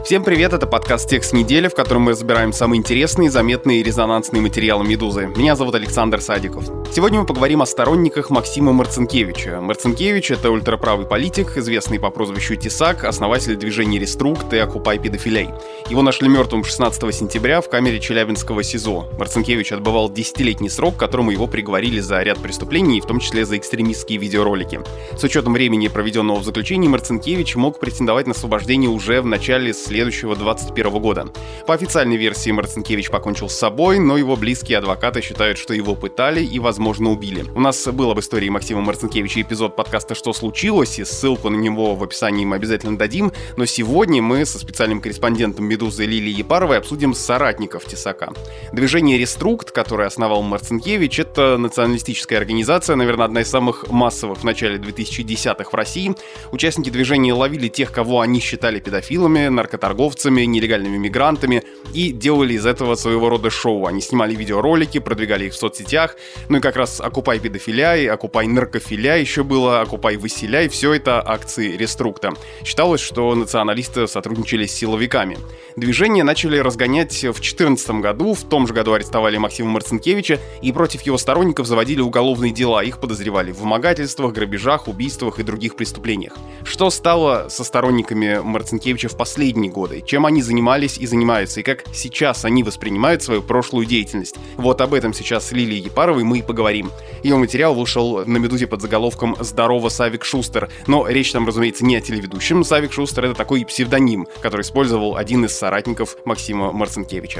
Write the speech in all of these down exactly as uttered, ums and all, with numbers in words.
Всем привет, это подкаст «Текст недели», в котором мы разбираем самые интересные, заметные и резонансные материалы «Медузы». Меня зовут Александр Садиков. Сегодня мы поговорим о сторонниках Максима Марцинкевича. Марцинкевич — это ультраправый политик, известный по прозвищу Тесак, основатель движений «Реструкт» и «Окупай педофилей». Его нашли мертвым шестнадцатого сентября в камере Челябинского СИЗО. Марцинкевич отбывал десятилетний срок, к которому его приговорили за ряд преступлений, в том числе за экстремистские видеоролики. С учетом времени, проведенного в заключении, Марцинкевич мог претендовать на освобождение уже в начале следующего двадцать первого года. По официальной версии, Марцинкевич покончил с собой, но его близкие адвокаты считают, что его пытали и, возможно, убили. У нас был об истории Максима Марцинкевича эпизод подкаста «Что случилось?», и ссылку на него в описании мы обязательно дадим, но сегодня мы со специальным корреспондентом «Медузы» Лилией Епаровой обсудим соратников Тесака. Движение «Реструкт», которое основал Марцинкевич, это националистическая организация, наверное, одна из самых массовых в начале две тысячи десятых в России. Участники движения ловили тех, кого они считали педофилами, наркоторговцами, нелегальными мигрантами, и делали из этого своего рода шоу. Они снимали видеоролики, продвигали их в соцсетях, ну и как раз «Окупай педофиляй», «Окупай наркофиляй» еще было, «Окупай выселяй», все это акции Реструкта. Считалось, что националисты сотрудничали с силовиками. Движение начали разгонять в две тысячи четырнадцатом году, в том же году арестовали Максима Марцинкевича и против его сторонников заводили уголовные дела, их подозревали в вымогательствах, грабежах, убийствах и других преступлениях. Что стало со сторонниками Марцинкевича в последние годы? Чем они занимались и занимаются, и как сейчас они воспринимают свою прошлую деятельность? Вот об этом сейчас с Лилией Епаровой мы и поговорим. Ее материал вышел на «Медузе» под заголовком «Здорово, Савик Шустер». Но речь там, разумеется, не о телеведущем. Савик Шустер — это такой псевдоним, который использовал один из соратников Максима Марцинкевича.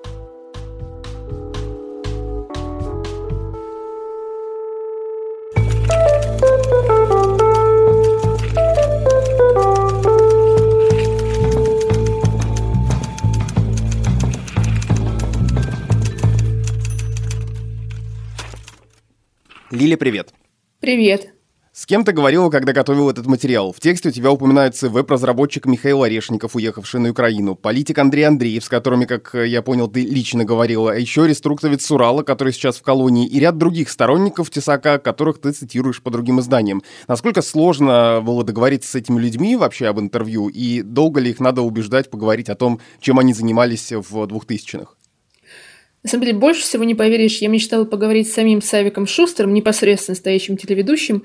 Лиля, привет. Привет. С кем ты говорила, когда готовил этот материал? В тексте у тебя упоминаются веб-разработчик Михаил Орешников, уехавший на Украину, политик Андрей Андреев, с которыми, как я понял, ты лично говорила, а еще реструктовец с Урала, который сейчас в колонии, и ряд других сторонников Тесака, которых ты цитируешь по другим изданиям. Насколько сложно было договориться с этими людьми вообще об интервью, и долго ли их надо убеждать поговорить о том, чем они занимались в двухтысячных? На самом деле, больше всего не поверишь, я мечтала поговорить с самим Савиком Шустером, непосредственно стоящим телеведущим,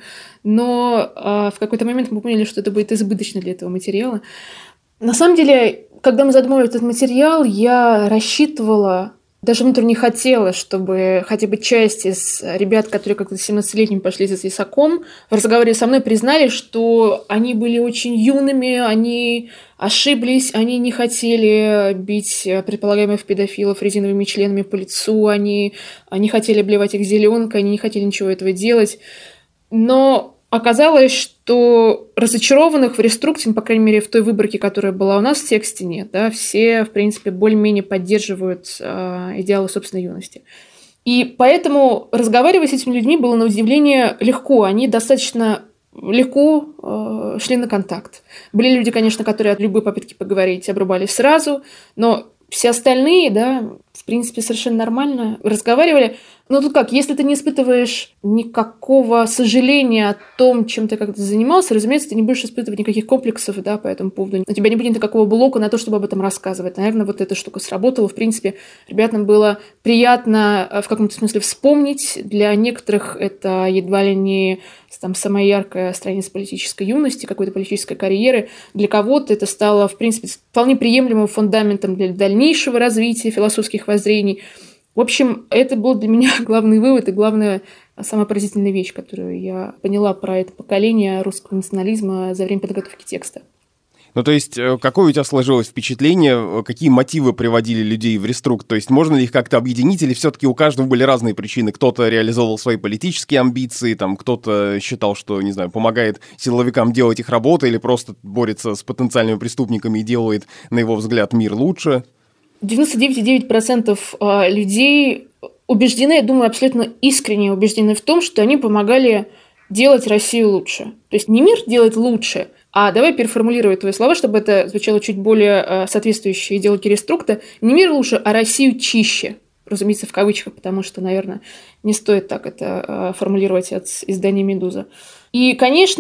но э, в какой-то момент мы поняли, что это будет избыточно для этого материала. На самом деле, когда мы задумали этот материал, я рассчитывала, даже внутренне хотела, чтобы хотя бы часть из ребят, которые как-то семнадцатилетними пошли за Тесаком, в разговоре со мной признали, что они были очень юными, они ошиблись, они не хотели бить предполагаемых педофилов резиновыми членами по лицу, они не хотели обливать их зеленкой, они не хотели ничего этого делать. Но оказалось, что разочарованных в Реструкте, по крайней мере, в той выборке, которая была у нас в тексте, нет. Да, все, в принципе, более-менее поддерживают э, идеалы собственной юности. И поэтому разговаривать с этими людьми было, на удивление, легко. Они достаточно легко э, шли на контакт. Были люди, конечно, которые от любой попытки поговорить обрубались сразу, но все остальные, да, в принципе, совершенно нормально разговаривали. Но тут как, если ты не испытываешь никакого сожаления о том, чем ты как-то занимался, разумеется, ты не будешь испытывать никаких комплексов, да, по этому поводу. У тебя не будет никакого блока на то, чтобы об этом рассказывать. Наверное, вот эта штука сработала. В принципе, ребятам было приятно в каком-то смысле вспомнить. Для некоторых это едва ли не там, самая яркая страница политической юности, какой-то политической карьеры. Для кого-то это стало, в принципе, вполне приемлемым фундаментом для дальнейшего развития философских воззрений. В общем, это был для меня главный вывод и главная, самая поразительная вещь, которую я поняла про это поколение русского национализма за время подготовки текста. Ну, то есть, какое у тебя сложилось впечатление, какие мотивы приводили людей в Реструкт? То есть, можно ли их как-то объединить, или все-таки у каждого были разные причины? Кто-то реализовывал свои политические амбиции, там, кто-то считал, что, не знаю, помогает силовикам делать их работу, или просто борется с потенциальными преступниками и делает, на его взгляд, мир лучше? девяносто девять целых девять десятых процента людей убеждены, я думаю, абсолютно искренне убеждены в том, что они помогали делать Россию лучше. То есть не мир делать лучше, а давай переформулировать твои слова, чтобы это звучало чуть более соответствующе идеологии Реструкта. Не мир лучше, а Россию чище. Разумеется, в кавычках, потому что, наверное, не стоит так это формулировать от издания «Медуза». И, конечно,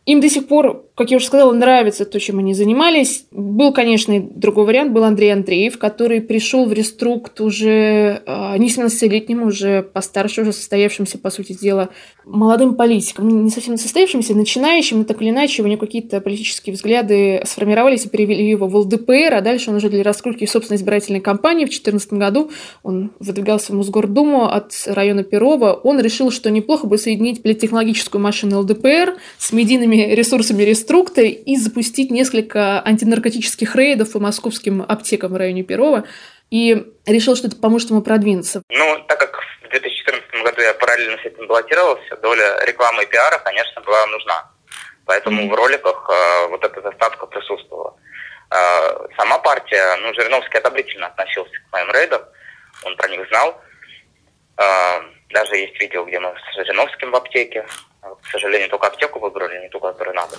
Им до сих пор, как я уже сказала, нравится то, чем они занимались. Был, конечно, и другой вариант, был Андрей Андреев, который пришел в Реструкт уже э, не семнадцатилетним, уже постарше, уже состоявшимся, по сути дела, молодым политиком. Не совсем состоявшимся, начинающим, но так или иначе у него какие-то политические взгляды сформировались и перевели его в ЛДПР, а дальше он уже для раскрутки собственной избирательной кампании в две тысячи четырнадцатом году, он выдвигался в Мосгордуму от района Перова, он решил, что неплохо бы соединить политтехнологическую машину ЛДПР с медийными ресурсами Реструкта и запустить несколько антинаркотических рейдов по московским аптекам в районе Перова. И решил, что это поможет ему продвинуться. Ну, так как в две тысячи четырнадцатом году я параллельно с этим баллотировался, доля рекламы и пиара, конечно, была нужна. Поэтому mm-hmm. в роликах э, вот эта застатка присутствовала. Э, сама партия, ну, Жириновский одобрительно относился к моим рейдам, он про них знал. Э, даже есть видео, где мы с Жириновским в аптеке. К сожалению, только аптеку выбрали, не ту, которую надо.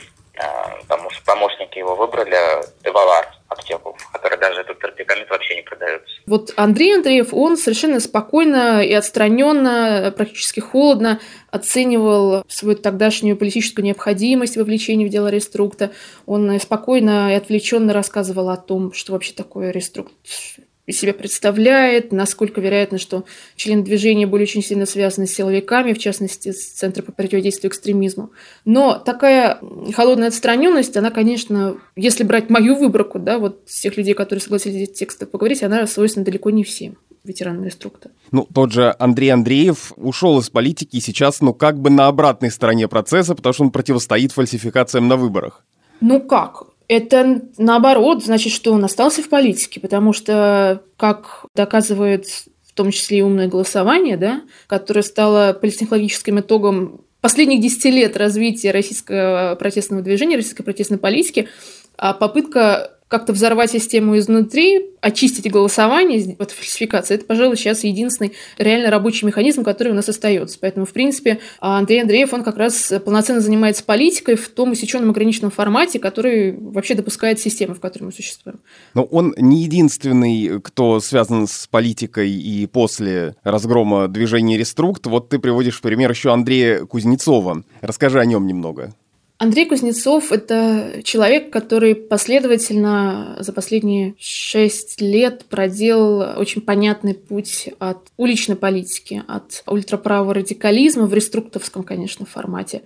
Потому что помощники его выбрали Девалар аптеку, в которой даже этот терпикамид вообще не продается. Вот Андрей Андреев, он совершенно спокойно и отстраненно, практически холодно оценивал свою тогдашнюю политическую необходимость вовлечения в дело Реструкта. Он спокойно и отвлеченно рассказывал о том, что вообще такое Реструкт из себя представляет, насколько вероятно, что члены движения были очень сильно связаны с силовиками, в частности, с Центром по противодействию экстремизму. Но такая холодная отстраненность, она, конечно, если брать мою выборку, да, вот тех людей, которые согласились эти тексты поговорить, она свойственна далеко не всем ветеранам Реструкта. Ну, тот же Андрей Андреев ушел из политики и сейчас, ну, как бы на обратной стороне процесса, потому что он противостоит фальсификациям на выборах. Ну как? Это, наоборот, значит, что он остался в политике, потому что, как доказывает в том числе и умное голосование, да, которое стало политтехнологическим итогом последних десяти лет развития российского протестного движения, российской протестной политики, а попытка как-то взорвать систему изнутри, очистить голосование от фальсификации, это, пожалуй, сейчас единственный реально рабочий механизм, который у нас остается. Поэтому, в принципе, Андрей Андреев, он как раз полноценно занимается политикой в том усеченном ограниченном формате, который вообще допускает система, в которой мы существуем. Но он не единственный, кто связан с политикой и после разгрома движения Реструкт. Вот ты приводишь в пример еще Андрея Кузнецова. Расскажи о нем немного. Андрей Кузнецов – это человек, который последовательно за последние шесть лет проделал очень понятный путь от уличной политики, от ультраправого радикализма в реструктовском, конечно, формате,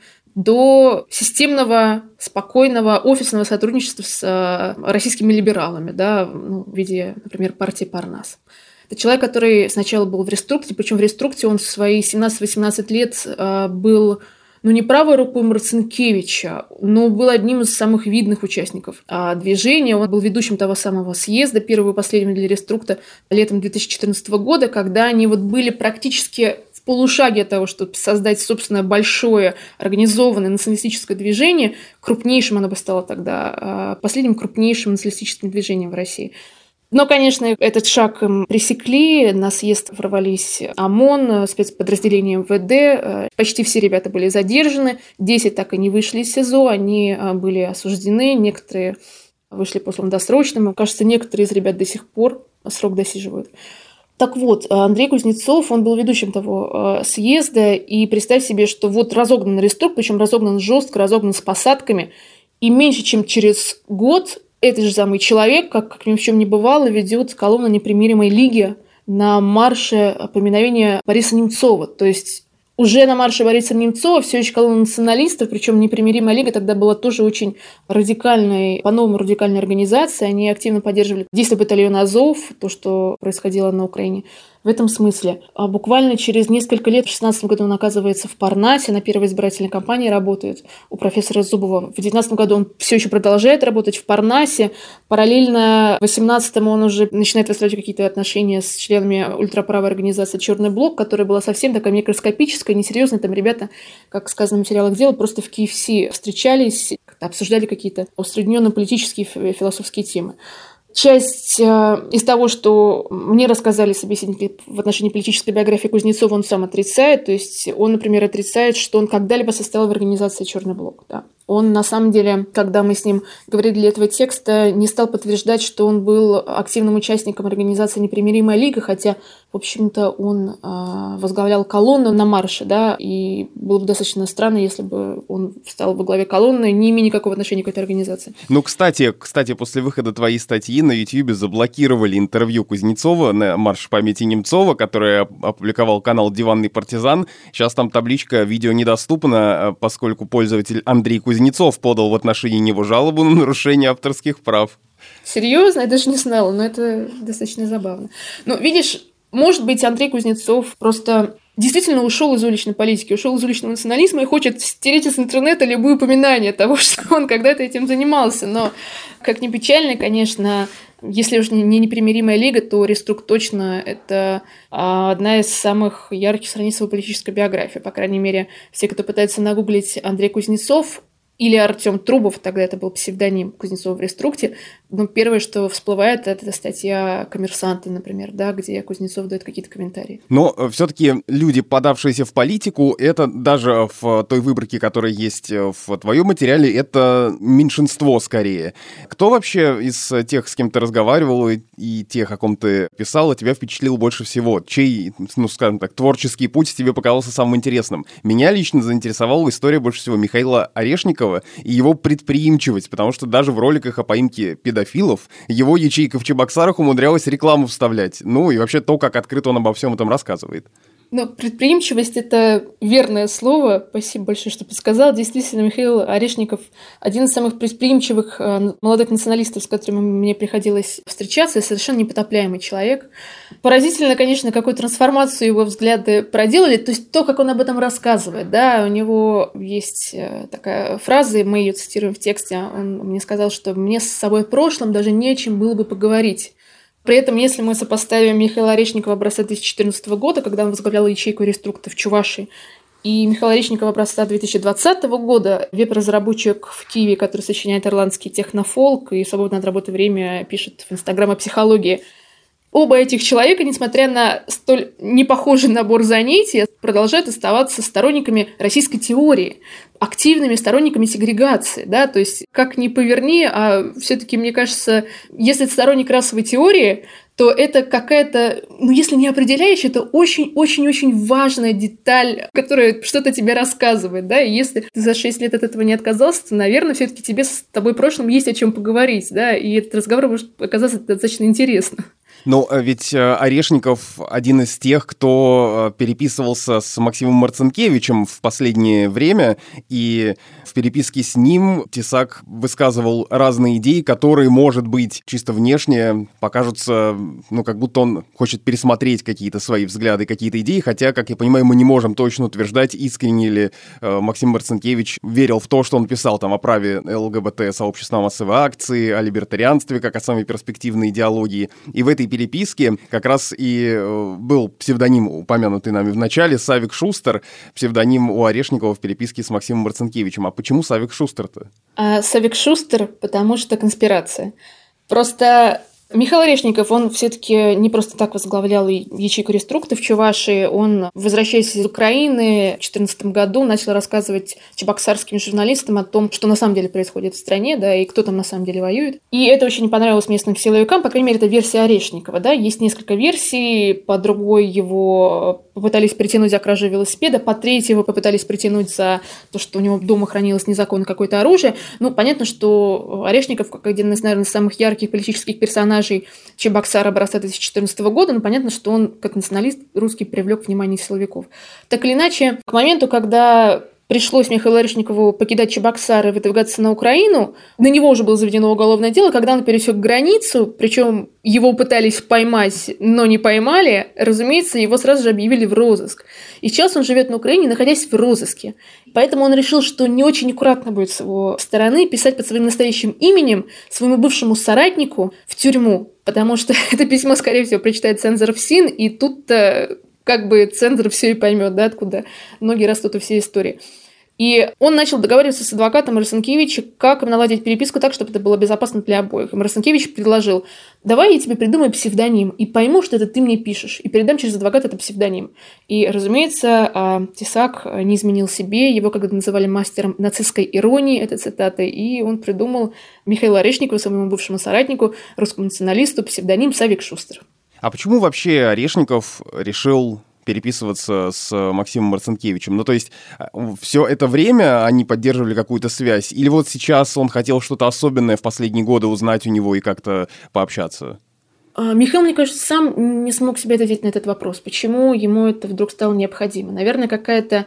до системного, спокойного, офисного сотрудничества с российскими либералами, да, ну, в виде, например, партии Парнас. Это человек, который сначала был в Реструкте, причем в Реструкте он в свои семнадцать-восемнадцать лет был... ну, не правой рукой Марцинкевича, но был одним из самых видных участников движения. Он был ведущим того самого съезда, первого и последнего для Реструкта, летом две тысячи четырнадцатого года, когда они вот были практически в полушаге от того, чтобы создать собственное большое организованное националистическое движение. Крупнейшим оно бы стало тогда, последним крупнейшим националистическим движением в России. Но, конечно, этот шаг им пресекли, на съезд ворвались ОМОН, спецподразделения эм вэ дэ, почти все ребята были задержаны, десять так и не вышли из СИЗО, они были осуждены, некоторые вышли по условно-досрочному, кажется, некоторые из ребят до сих пор срок досиживают. Так вот, Андрей Кузнецов, он был ведущим того съезда, и представь себе, что вот разогнан Реструкт, причем разогнан жестко, разогнан с посадками, и меньше чем через год этот же самый человек, как, как ни в чем не бывало, ведет колонну непримиримой лиги на марше поминовения Бориса Немцова. То есть уже на марше Бориса Немцова все еще колонна националистов, причем непримиримая лига тогда была тоже очень радикальной, по-новому радикальной организацией. Они активно поддерживали действия батальона Азов, то, что происходило на Украине. В этом смысле. А буквально через несколько лет, в шестнадцатом году он оказывается в Парнасе, на первой избирательной кампании работает у профессора Зубова. В девятнадцатом году он все еще продолжает работать в Парнасе. Параллельно в восемнадцатом он уже начинает выстраивать какие-то отношения с членами ультраправой организации «Черный блок», которая была совсем такая микроскопическая, несерьезная. Там ребята, как сказано в материалах дела, просто в ки эф си встречались, обсуждали какие-то усредненно-политические философские темы. Часть э, из того, что мне рассказали собеседники в отношении политической биографии Кузнецова, он сам отрицает. То есть он, например, отрицает, что он когда-либо состоял в организации «Черный блок». Да. Он, на самом деле, когда мы с ним говорили для этого текста, не стал подтверждать, что он был активным участником организации «Непримиримая лига», хотя, в общем-то, он э, возглавлял колонну на марше, да, и было бы достаточно странно, если бы он встал во главе колонны, не имея никакого отношения к этой организации. Ну, кстати, кстати, после выхода твоей статьи на Ютьюбе заблокировали интервью Кузнецова на марш памяти Немцова, который опубликовал канал «Диванный партизан». Сейчас там табличка «Видео недоступно», поскольку пользователь Андрей Кузнецов подал в отношении него жалобу на нарушение авторских прав. Серьезно? Я даже не знала, но это достаточно забавно. Ну, видишь, может быть, Андрей Кузнецов просто действительно ушел из уличной политики, ушел из уличного национализма и хочет стереть из интернета любые упоминания того, что он когда-то этим занимался. Но, как ни печально, конечно, если уж не непримиримая лига, то Реструк точно это одна из самых ярких страниц его политической биографии. По крайней мере, все, кто пытается нагуглить Андрей Кузнецов или Артем Трубов, тогда это был псевдоним Кузнецова в Реструкте, но первое, что всплывает, это статья «Коммерсанты», например, да, где Кузнецов дает какие-то комментарии. Но все-таки люди, подавшиеся в политику, это даже в той выборке, которая есть в твоем материале, это меньшинство скорее. Кто вообще из тех, с кем ты разговаривал, и тех, о ком ты писал, тебя впечатлил больше всего? Чей, ну, скажем так, творческий путь тебе показался самым интересным? Меня лично заинтересовала история больше всего Михаила Орешникова и его предприимчивость, потому что даже в роликах о поимке педофилов его ячейка в Чебоксарах умудрялась рекламу вставлять. Ну и вообще то, как открыто он обо всем этом рассказывает. Ну, предприимчивость – это верное слово. Спасибо большое, что подсказал. Действительно, Михаил Орешников – один из самых предприимчивых молодых националистов, с которыми мне приходилось встречаться, и совершенно непотопляемый человек. Поразительно, конечно, какую трансформацию его взгляды проделали, то есть то, как он об этом рассказывает. Да, у него есть такая фраза, и мы ее цитируем в тексте. Он мне сказал, что мне с собой в прошлом даже не о чем было бы поговорить. При этом, если мы сопоставим Михаила Орешникова образца две тысячи четырнадцатого года, когда он возглавлял ячейку Реструкта в Чувашии, и Михаила Орешникова образца две тысячи двадцатого года, веб-разработчик в Киеве, который сочиняет ирландский технофолк и в свободное от работы время пишет в Инстаграм о психологии, оба этих человека, несмотря на столь непохожий набор занятий, продолжают оставаться сторонниками российской теории, активными сторонниками сегрегации, да, то есть как ни поверни, а все-таки, мне кажется, если ты сторонник расовой теории, то это какая-то, ну, если не определяющая, это очень-очень-очень важная деталь, которая что-то тебе рассказывает, да, и если ты за шесть лет от этого не отказался, то, наверное, все-таки тебе с тобой в прошлом есть о чем поговорить, да, и этот разговор может оказаться достаточно интересным. Но ведь Орешников один из тех, кто переписывался с Максимом Марцинкевичем в последнее время, и в переписке с ним Тесак высказывал разные идеи, которые, может быть, чисто внешне покажутся, ну, как будто он хочет пересмотреть какие-то свои взгляды, какие-то идеи, хотя, как я понимаю, мы не можем точно утверждать, искренне ли Максим Марцинкевич верил в то, что он писал там о праве ЛГБТ-сообщества на массовые акции, о либертарианстве, как о самой перспективной идеологии. И в этой переписке как раз и был псевдоним, упомянутый нами в начале, Савик Шустер, псевдоним у Орешникова в переписке с Максимом Марцинкевичем. А почему Савик Шустер-то? А Савик Шустер, потому что конспирация. Просто Михаил Орешников, он все-таки не просто так возглавлял ячейку Реструкта в Чувашии. Он, возвращаясь из Украины, в две тысячи четырнадцатом году начал рассказывать чебоксарским журналистам о том, что на самом деле происходит в стране, да, и кто там на самом деле воюет. И это очень не понравилось местным силовикам, по крайней мере, это версия Орешникова, да. Есть несколько версий, по другой его попытались притянуть за кражу велосипеда, по третьей его попытались притянуть за то, что у него дома хранилось незаконно какое-то оружие. Ну, понятно, что Орешников, как один из, наверное, самых ярких политических персонажей Чебоксар образца две тысячи четырнадцатого года, но понятно, что он, как националист русский, привлек внимание силовиков. Так или иначе, к моменту, когда пришлось Михаилу Орешникову покидать Чебоксар и выдвигаться на Украину, на него уже было заведено уголовное дело, когда он пересек границу, причем его пытались поймать, но не поймали, разумеется, его сразу же объявили в розыск. И сейчас он живет на Украине, находясь в розыске. Поэтому он решил, что не очень аккуратно будет с его стороны писать под своим настоящим именем своему бывшему соратнику в тюрьму, потому что это письмо, скорее всего, прочитает цензор ФСИН, и тут-то как бы цензор все и поймет, да, откуда ноги растут у всей истории. И он начал договариваться с адвокатом Марцинкевича, как им наладить переписку так, чтобы это было безопасно для обоих. И Марцинкевич предложил: давай я тебе придумаю псевдоним и пойму, что это ты мне пишешь, и передам через адвоката этот псевдоним. И, разумеется, Тесак не изменил себе, его когда называли мастером нацистской иронии, это цитата, и он придумал Михаилу Орешникову, своему бывшему соратнику, русскому националисту, псевдоним Савик Шустер. А почему вообще Орешников решил переписываться с Максимом Марцинкевичем? Ну, то есть, все это время они поддерживали какую-то связь? Или вот сейчас он хотел что-то особенное в последние годы узнать у него и как-то пообщаться? Михаил, мне кажется, сам не смог себе ответить на этот вопрос. Почему ему это вдруг стало необходимо? Наверное, какая-то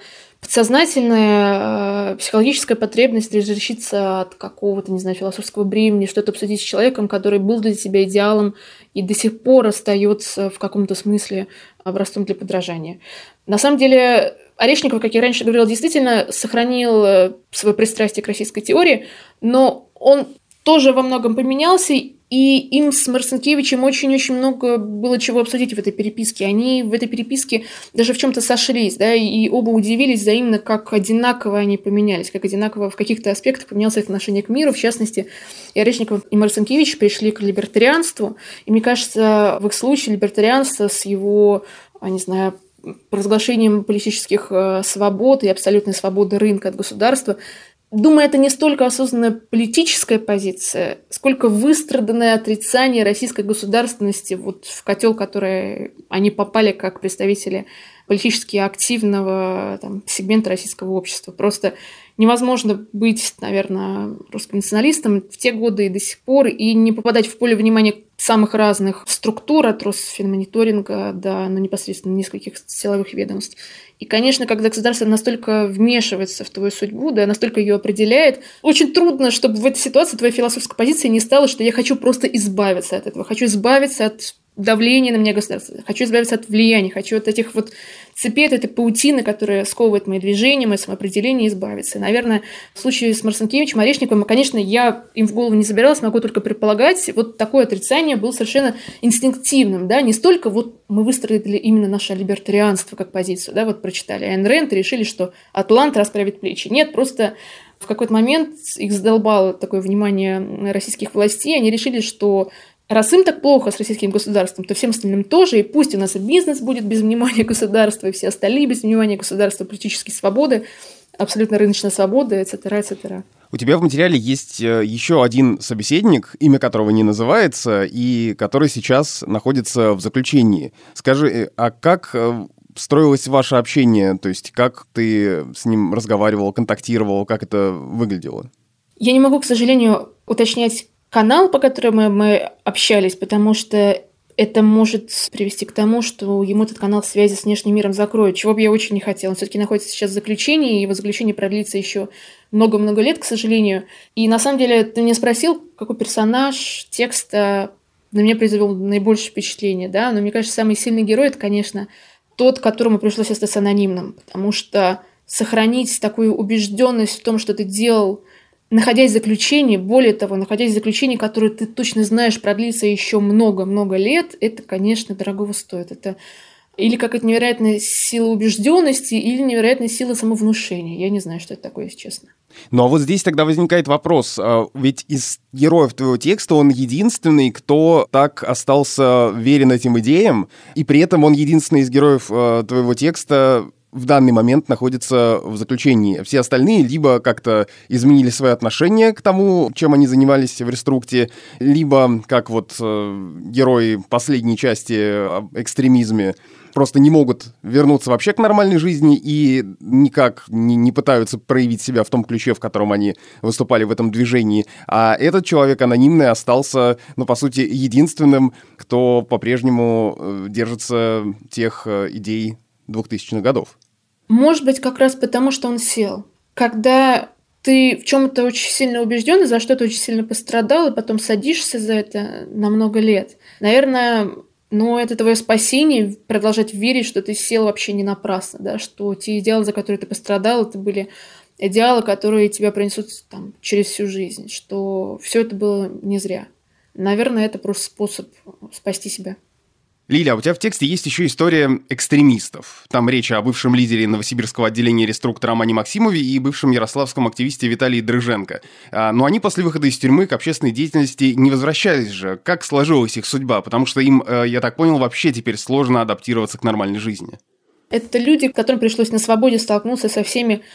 подсознательная психологическая потребность разрешиться от какого-то, не знаю, философского бремени, что-то обсудить с человеком, который был для тебя идеалом и до сих пор остается в каком-то смысле образцом для подражания. На самом деле, Орешников, как я раньше говорила, действительно сохранил свое пристрастие к российской теории, но он тоже во многом поменялся, и им с Марцинкевичем очень-очень много было чего обсудить в этой переписке. Они в этой переписке даже в чем-то сошлись, да, и оба удивились взаимно, как одинаково они поменялись, как одинаково в каких-то аспектах поменялось их отношение к миру. В частности, и Орешников, и Марцинкевич пришли к либертарианству, и мне кажется, в их случае либертарианство с его, не знаю, провозглашением политических свобод и абсолютной свободы рынка от государства, думаю, это не столько осознанная политическая позиция, сколько выстраданное отрицание российской государственности вот в котел, в который они попали как представители политически активного там, сегмента российского общества. Просто невозможно быть, наверное, русским националистом в те годы и до сих пор и не попадать в поле внимания самых разных структур, от Росфинмониторинга до ну, непосредственно нескольких силовых ведомств. И, конечно, когда государство настолько вмешивается в твою судьбу, да, настолько ее определяет, очень трудно, чтобы в этой ситуации твоя философская позиция не стала, что я хочу просто избавиться от этого, хочу избавиться от давления на меня государства, хочу избавиться от влияния, хочу от этих вот цепей, от этой паутины, которая сковывает мои движения, мое самоопределение, избавиться. И, наверное, в случае с Марцинкевичем, Орешниковым, конечно, я им в голову не забиралась, могу только предполагать, вот такое отрицание было совершенно инстинктивным, да, не столько вот мы выстроили именно наше либертарианство как позицию, да, вот прочитали Айн Рэнд и решили, что Атлант расправит плечи. Нет, просто в какой-то момент их задолбало такое внимание российских властей, они решили, что раз им так плохо с российским государством, то всем остальным тоже, и пусть у нас и бизнес будет без внимания государства, и все остальные без внимания государства, политические свободы, абсолютно рыночная свобода, et cetera, et cetera. У тебя в материале есть еще один собеседник, имя которого не называется, и который сейчас находится в заключении. Скажи, а как строилось ваше общение? То есть как ты с ним разговаривал, контактировал, как это выглядело? Я не могу, к сожалению, уточнять канал, по которому мы общались, потому что это может привести к тому, что ему этот канал связи с внешним миром закроют, чего бы я очень не хотела. Он все-таки находится сейчас в заключении, и его заключение продлится еще много-много лет, к сожалению. И на самом деле ты меня спросил, какой персонаж текста на меня произвел наибольшее впечатление, да? Но мне кажется, самый сильный герой — это, конечно, тот, которому пришлось остаться анонимным, потому что сохранить такую убежденность в том, что ты делал, находясь в заключении, более того, находясь в заключении, которое ты точно знаешь продлится еще много-много лет, это, конечно, дорогого стоит. Это или какая-то невероятная сила убежденности, или невероятная сила самовнушения. Я не знаю, что это такое, если честно. Ну а вот здесь тогда возникает вопрос. Ведь из героев твоего текста он единственный, кто так остался верен этим идеям, и при этом он единственный из героев твоего текста в данный момент находится в заключении. Все остальные либо как-то изменили свое отношение к тому, чем они занимались в реструкте, либо, как вот э, герои последней части об экстремизме, просто не могут вернуться вообще к нормальной жизни и никак не, не пытаются проявить себя в том ключе, в котором они выступали в этом движении. А этот человек анонимный остался, ну, по сути, единственным, кто по-прежнему э, держится тех э, идей двухтысячных годов. Может быть, как раз потому, что он сел. Когда ты в чем-то очень сильно убежден и за что-то очень сильно пострадал, и потом садишься за это на много лет, наверное, ну, это твое спасение, продолжать верить, что ты сел вообще не напрасно, да, что те идеалы, за которые ты пострадал, это были идеалы, которые тебя принесут там, через всю жизнь, что все это было не зря. Наверное, это просто способ спасти себя. Лиля, а у тебя в тексте есть еще история экстремистов. Там речь о бывшем лидере новосибирского отделения реструктора Романе Максимове и бывшем ярославском активисте Виталии Дрыженко. А, но они после выхода из тюрьмы к общественной деятельности не возвращались же. Как сложилась их судьба? Потому что им, я так понял, вообще теперь сложно адаптироваться к нормальной жизни. Это люди, которым пришлось на свободе столкнуться со всеми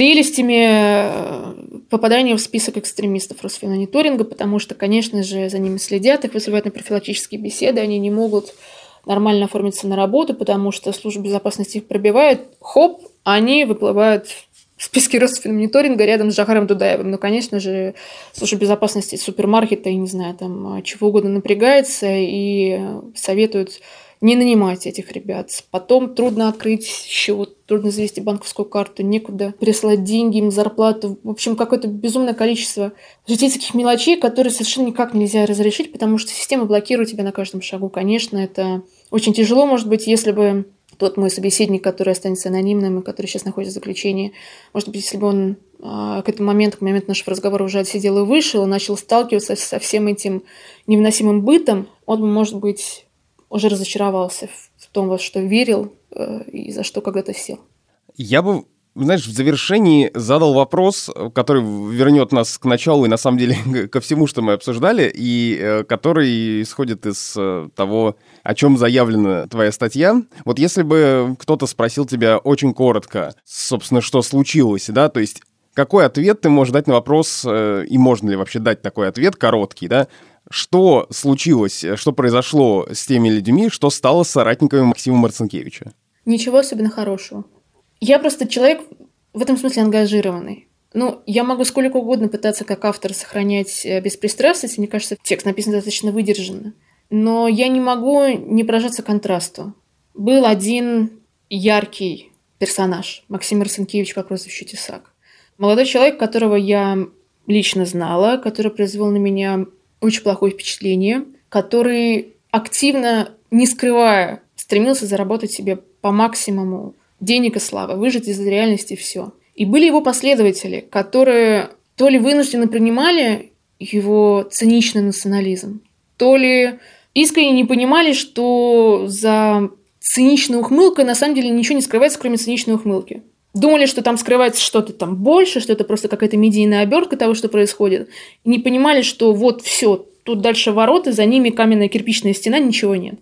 прелестями попадания в список экстремистов Росфинмониторинга, потому что, конечно же, за ними следят, их вызывают на профилактические беседы, они не могут нормально оформиться на работу, потому что служба безопасности их пробивает, хоп, они выплывают в списке Росфинмониторинга рядом с Жахаром Дудаевым. Ну, конечно же, служба безопасности супермаркета, я не знаю, там чего угодно напрягается и советуют не нанимать этих ребят. Потом трудно открыть счет, трудно завести банковскую карту, некуда прислать деньги, им зарплату. В общем, какое-то безумное количество житейских мелочей, которые совершенно никак нельзя разрешить, потому что система блокирует тебя на каждом шагу. Конечно, это очень тяжело, может быть, если бы тот мой собеседник, который останется анонимным и который сейчас находится в заключении, может быть, если бы он к этому моменту, к моменту нашего разговора уже отсидел и вышел, и начал сталкиваться со всем этим невыносимым бытом, он бы, может быть, уже разочаровался в том, во что верил э, и за что когда-то сел. Я бы, знаешь, в завершении задал вопрос, который вернет нас к началу и, на самом деле, ко всему, что мы обсуждали, и э, который исходит из э, того, о чем заявлена твоя статья. Вот если бы кто-то спросил тебя очень коротко, собственно, что случилось, да, то есть какой ответ ты можешь дать на вопрос, э, и можно ли вообще дать такой ответ, короткий, да, что случилось, что произошло с теми людьми, что стало с соратниками Максима Марцинкевича? Ничего особенно хорошего. Я просто человек в этом смысле ангажированный. Ну, я могу сколько угодно пытаться как автор сохранять беспристрастность. Мне кажется, текст написан достаточно выдержанно. Но я не могу не поражаться контрасту. Был один яркий персонаж, Максим Марцинкевич по прозвищу Тесак. Молодой человек, которого я лично знала, который произвел на меня очень плохое впечатление, который активно, не скрывая, стремился заработать себе по максимуму денег и славы, выжать из реальности все. И были его последователи, которые то ли вынужденно принимали его циничный национализм, то ли искренне не понимали, что за циничной ухмылкой на самом деле ничего не скрывается, кроме циничной ухмылки. Думали, что там скрывается что-то там больше, что это просто какая-то медийная обертка того, что происходит. И не понимали, что вот все, тут дальше ворота, за ними каменная кирпичная стена, ничего нет.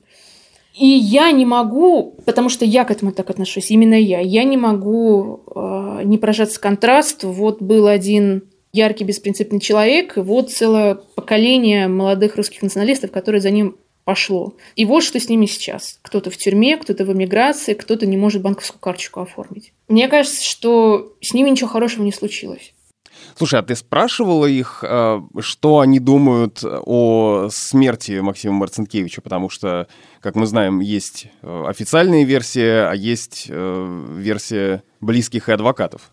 И я не могу, потому что я к этому так отношусь, именно я, я не могу э, не поражаться контрасту. Вот был один яркий, беспринципный человек, и вот целое поколение молодых русских националистов, которые за ним пошло. И вот что с ними сейчас. Кто-то в тюрьме, кто-то в эмиграции, кто-то не может банковскую карточку оформить. Мне кажется, что с ними ничего хорошего не случилось. Слушай, а ты спрашивала их, что они думают о смерти Максима Марцинкевича? Потому что, как мы знаем, есть официальная версия, а есть версия близких и адвокатов.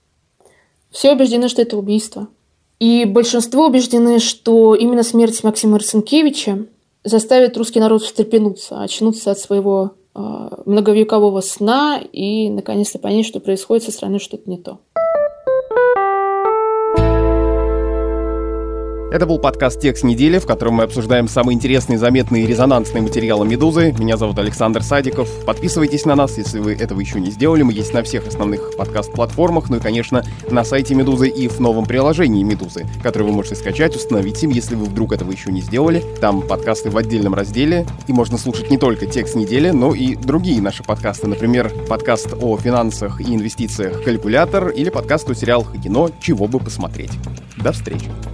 Все убеждены, что это убийство. И большинство убеждены, что именно смерть Максима Марцинкевича заставит русский народ встрепенуться, очнуться от своего э, многовекового сна и, наконец-то, понять, что происходит со страной что-то не то. Это был подкаст «Текст недели», в котором мы обсуждаем самые интересные, заметные и резонансные материалы «Медузы». Меня зовут Александр Садиков. Подписывайтесь на нас, если вы этого еще не сделали. Мы есть на всех основных подкаст-платформах, ну и, конечно, на сайте «Медузы» и в новом приложении «Медузы», которое вы можете скачать, установить им, если вы вдруг этого еще не сделали. Там подкасты в отдельном разделе, и можно слушать не только «Текст недели», но и другие наши подкасты. Например, подкаст о финансах и инвестициях «Калькулятор» или подкаст о сериалах и кино «Чего бы посмотреть». До встречи!